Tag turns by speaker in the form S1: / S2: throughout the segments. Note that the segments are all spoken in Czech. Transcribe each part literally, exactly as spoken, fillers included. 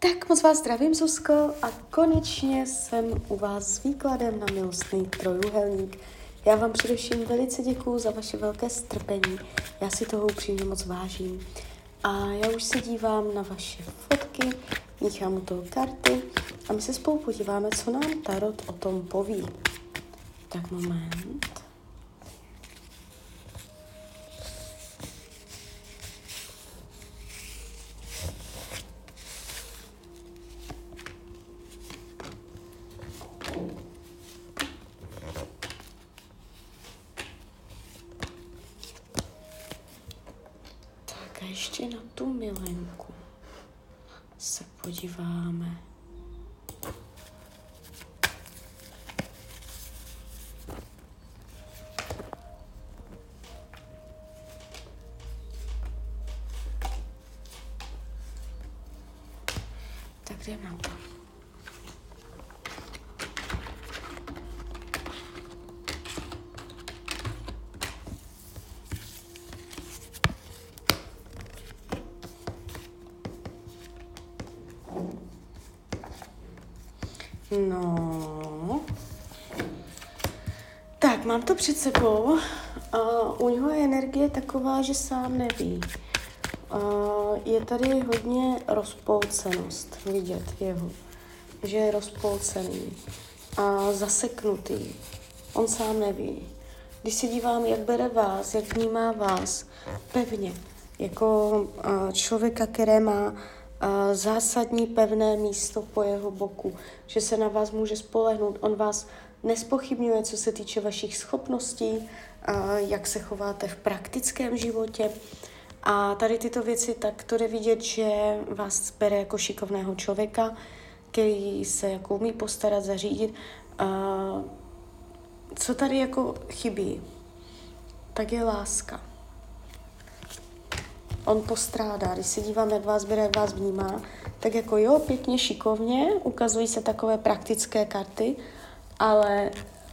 S1: Tak moc vás zdravím, Zuzko, a konečně jsem u vás s výkladem na milostný trojúhelník. Já vám především velice děkuju za vaše velké strpení, já si toho upřímně moc vážím. A já už se dívám na vaše fotky, míchám u toho karty a my se spolu podíváme, co nám Tarot o tom poví. Tak moment. A ještě na tu milenku se podíváme. Tak jdeme na to. No, tak mám to před sebou. Uh, u něho je energie taková, že sám neví. Uh, je tady hodně rozpolcenost vidět jeho, že je rozpolcený a zaseknutý. On sám neví. Když se dívám, jak bere vás, jak vnímá vás pevně, jako uh, člověka, který má Uh, zásadní pevné místo po jeho boku, že se na vás může spolehnout. On vás nespochybňuje, co se týče vašich schopností, uh, jak se chováte v praktickém životě. A tady tyto věci, tak to jde vidět, že vás bere jako šikovného člověka, který se jako umí postarat, zařídit. Uh, co tady jako chybí, tak je láska. On postrádá, když se dívám, jak vás bere, jak vás vnímá, tak jako jo, pěkně, šikovně, ukazují se takové praktické karty, ale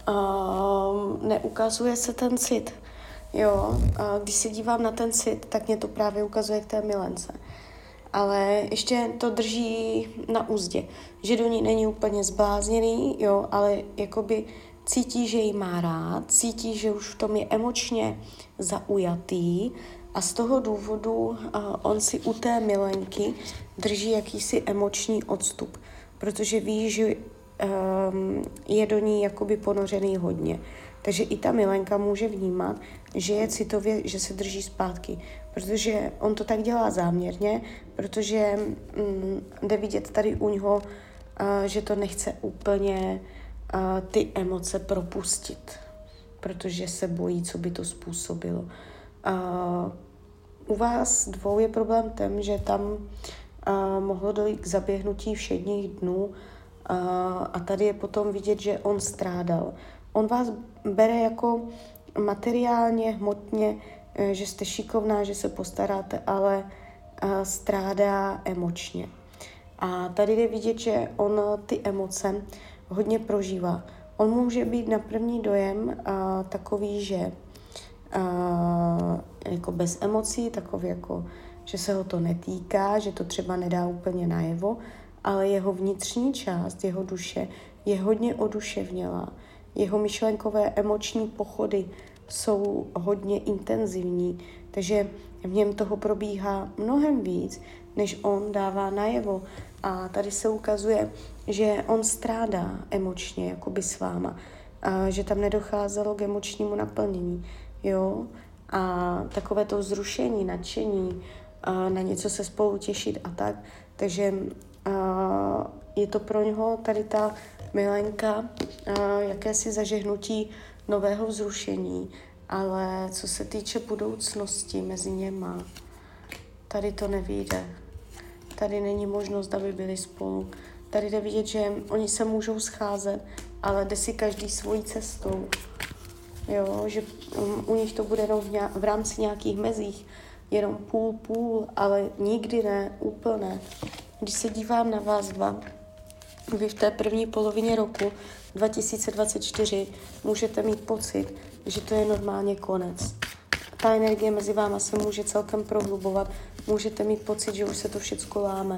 S1: uh, neukazuje se ten cit. Jo, uh, když se dívám na ten cit, tak mě to právě ukazuje k té milence. Ale ještě to drží na úzdě, že do ní není úplně zblázněný, jo, ale jakoby cítí, že ji má rád, cítí, že už v tom je emočně zaujatý, a z toho důvodu uh, on si u té milenky drží jakýsi emoční odstup, protože ví, že um, je do ní jakoby ponořený hodně. Takže i ta milenka může vnímat, že je citově, že se drží zpátky, protože on to tak dělá záměrně, protože um, jde vidět tady u něho, uh, že to nechce úplně uh, ty emoce propustit, protože se bojí, co by to způsobilo. Uh, u vás dvou je problém ten, že tam uh, mohlo dojít k zaběhnutí všedních dnů uh, a tady je potom vidět, že on strádal. On vás bere jako materiálně, hmotně, uh, že jste šikovná, že se postaráte, ale uh, strádá emočně. A tady je vidět, že on ty emoce hodně prožívá. On může být na první dojem uh, takový, že Uh, jako bez emocí, takový jako, že se ho to netýká, že to třeba nedá úplně najevo, ale jeho vnitřní část, jeho duše je hodně oduševnělá. Jeho myšlenkové emoční pochody jsou hodně intenzivní, takže v něm toho probíhá mnohem víc, než on dává najevo. A tady se ukazuje, že on strádá emočně, jakoby s váma, a že tam nedocházelo k emočnímu naplnění. Jo, a takové to vzrušení, nadšení, na něco se spolu těšit a tak. Takže je to pro něho tady ta milenka, jakési zažehnutí nového vzrušení, ale co se týče budoucnosti mezi něma, tady to nevyjde. Tady není možnost, aby byli spolu. Tady jde vidět, že oni se můžou scházet, ale jde si každý svojí cestou. Jo, že um, u nich to bude jenom v, nějak, v rámci nějakých mezích, jenom půl půl, ale nikdy ne, úplně. Když se dívám na vás dva, vy v té první polovině roku dva tisíce dvacet čtyři můžete mít pocit, že to je normálně konec. Ta energie mezi váma se může celkem prohlubovat, můžete mít pocit, že už se to všecko láme,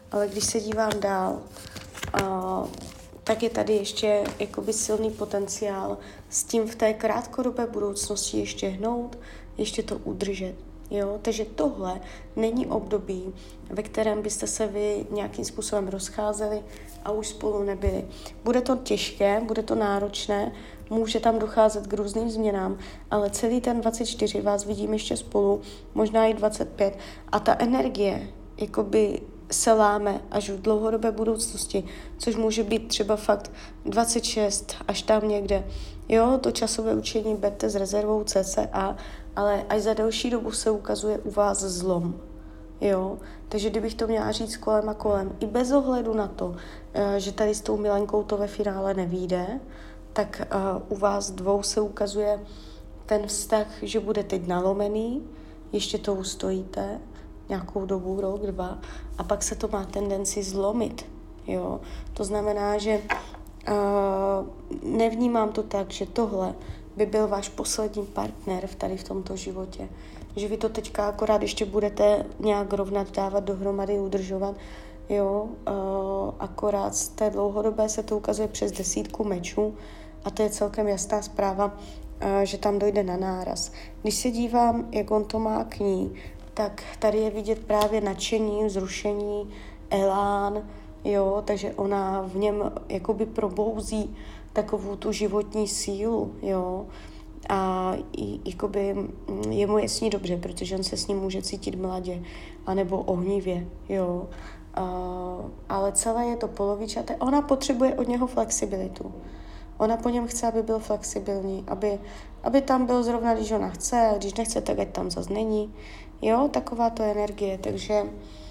S1: ale když se dívám dál, uh, tak je tady ještě jakoby silný potenciál s tím v té krátkodobé budoucnosti ještě hnout, ještě to udržet. Jo? Takže tohle není období, ve kterém byste se vy nějakým způsobem rozcházeli a už spolu nebyli. Bude to těžké, bude to náročné, může tam docházet k různým změnám, ale celý ten dvacet čtyři vás vidím ještě spolu, možná i dvacet pět. A ta energie jakoby se láme až v dlouhodobé budoucnosti, což může být třeba fakt dvacet šest až tam někde. Jo, to časové učení berte s rezervou cca, ale až za delší dobu se ukazuje u vás zlom. Jo, takže kdybych to měla říct kolem a kolem, i bez ohledu na to, že tady s tou Milenkou to ve finále nevyjde, tak u vás dvou se ukazuje ten vztah, že bude teď nalomený, ještě to ustojíte, nějakou dobu, rok, dva, a pak se to má tendenci zlomit. Jo? To znamená, že uh, nevnímám to tak, že tohle by byl váš poslední partner v tady v tomto životě. Že vy to teďka akorát ještě budete nějak rovnat, dávat dohromady, udržovat. Jo? Uh, akorát z té dlouhodobé se to ukazuje přes desítku mečů a to je celkem jasná zpráva, uh, že tam dojde na náraz. Když se dívám, jak on to má k ní, tak tady je vidět právě nadšení, vzrušení, elán, jo, takže ona v něm jakoby probouzí takovou tu životní sílu, jo, a jakoby je mu je s ní dobře, protože on se s ním může cítit mladě, anebo ohnivě, jo, a, ale celé je to polovičaté, ona potřebuje od něho flexibilitu. Ona po něm chce, aby byl flexibilní, aby, aby tam byl zrovna, když ona chce, a když nechce, tak ať tam zase není. Jo, taková to energie, takže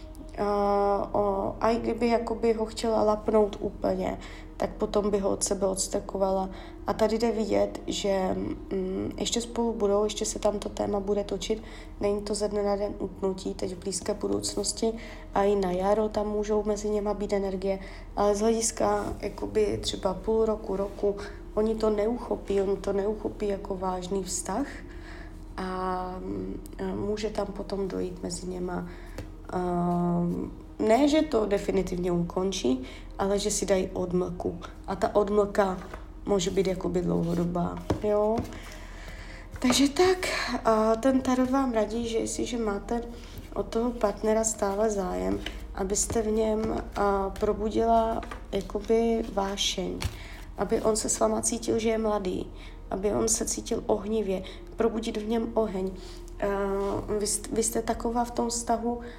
S1: uh, o, a i kdyby jakoby ho chtěla lapnout úplně, tak potom by ho od sebe odstrkovala. A tady jde vidět, že mm, ještě spolu budou, ještě se tam to téma bude točit, není to ze dne na den utnutí, teď v blízké budoucnosti a i na jaro tam můžou mezi něma být energie, ale z hlediska jakoby třeba půl roku, roku, oni to neuchopí, oni to neuchopí jako vážný vztah, a může tam potom dojít mezi něma. Ne, že to definitivně ukončí, ale že si dají odmlku. A ta odmlka může být jakoby dlouhodobá. Jo? Takže tak, ten tarot vám radí, že jestliže máte od toho partnera stále zájem, abyste v něm probudila jakoby vášeň, aby on se s váma cítil, že je mladý, aby on se cítil ohnivě, probudit v něm oheň. Uh, vy, vy jste taková v tom vztahu, uh,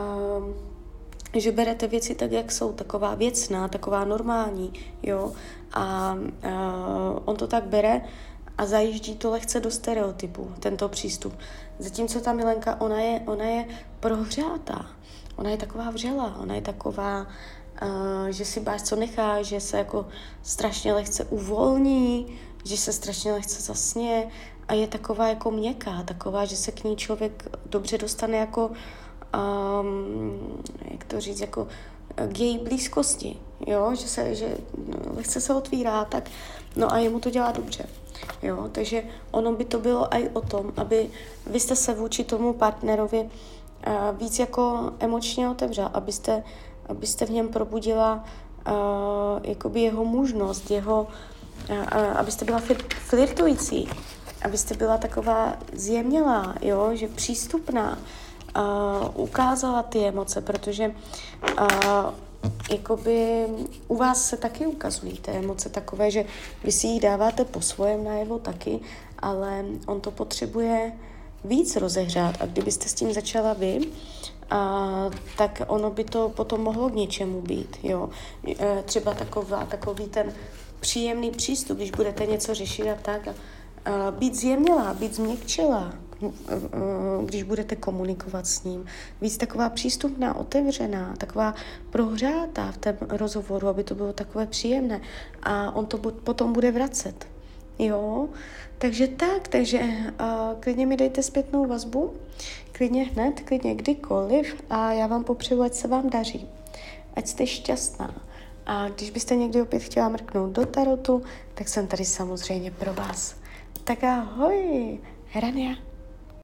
S1: že berete věci tak, jak jsou, taková věcná, taková normální, jo, a uh, on to tak bere a zajíždí to lehce do stereotypu, tento přístup. Zatímco ta Milenka, ona je, ona je prohřátá, ona je taková vřelá, ona je taková, uh, že si báš, co nechá, že se jako strašně lehce uvolní, že se strašně lehce zasně a je taková jako měkká, taková, že se k ní člověk dobře dostane jako, um, jak to říct, jako k její blízkosti, jo, že se, že lehce se otvírá, tak, no a jemu to dělá dobře, jo, takže ono by to bylo i o tom, aby vy jste se vůči tomu partnerovi uh, víc jako emočně otevřela, abyste, abyste v něm probudila uh, jakoby jeho mužnost, jeho abyste byla flirtující, abyste byla taková zjemnělá, jo, že přístupná, uh, ukázala ty emoce, protože uh, jakoby u vás se taky ukazují ty emoce takové, že vy si jich dáváte po svém najevo taky, ale on to potřebuje víc rozehřát a kdybyste s tím začala vy, uh, tak ono by to potom mohlo k něčemu být, jo. Uh, třeba taková, takový ten příjemný přístup, když budete něco řešit a tak, a, a být zjemnělá, být změkčelá, když budete komunikovat s ním. Víc taková přístupná, otevřená, taková prohřátá v tom rozhovoru, aby to bylo takové příjemné. A on to potom bude vracet. Jo? Takže tak, takže a, klidně mi dejte zpětnou vazbu, klidně hned, klidně kdykoliv a já vám popřeju, ať se vám daří. Ať jste šťastná. A když byste někdy opět chtěla mrknout do tarotu, tak jsem tady samozřejmě pro vás. Tak ahoj, Hrania.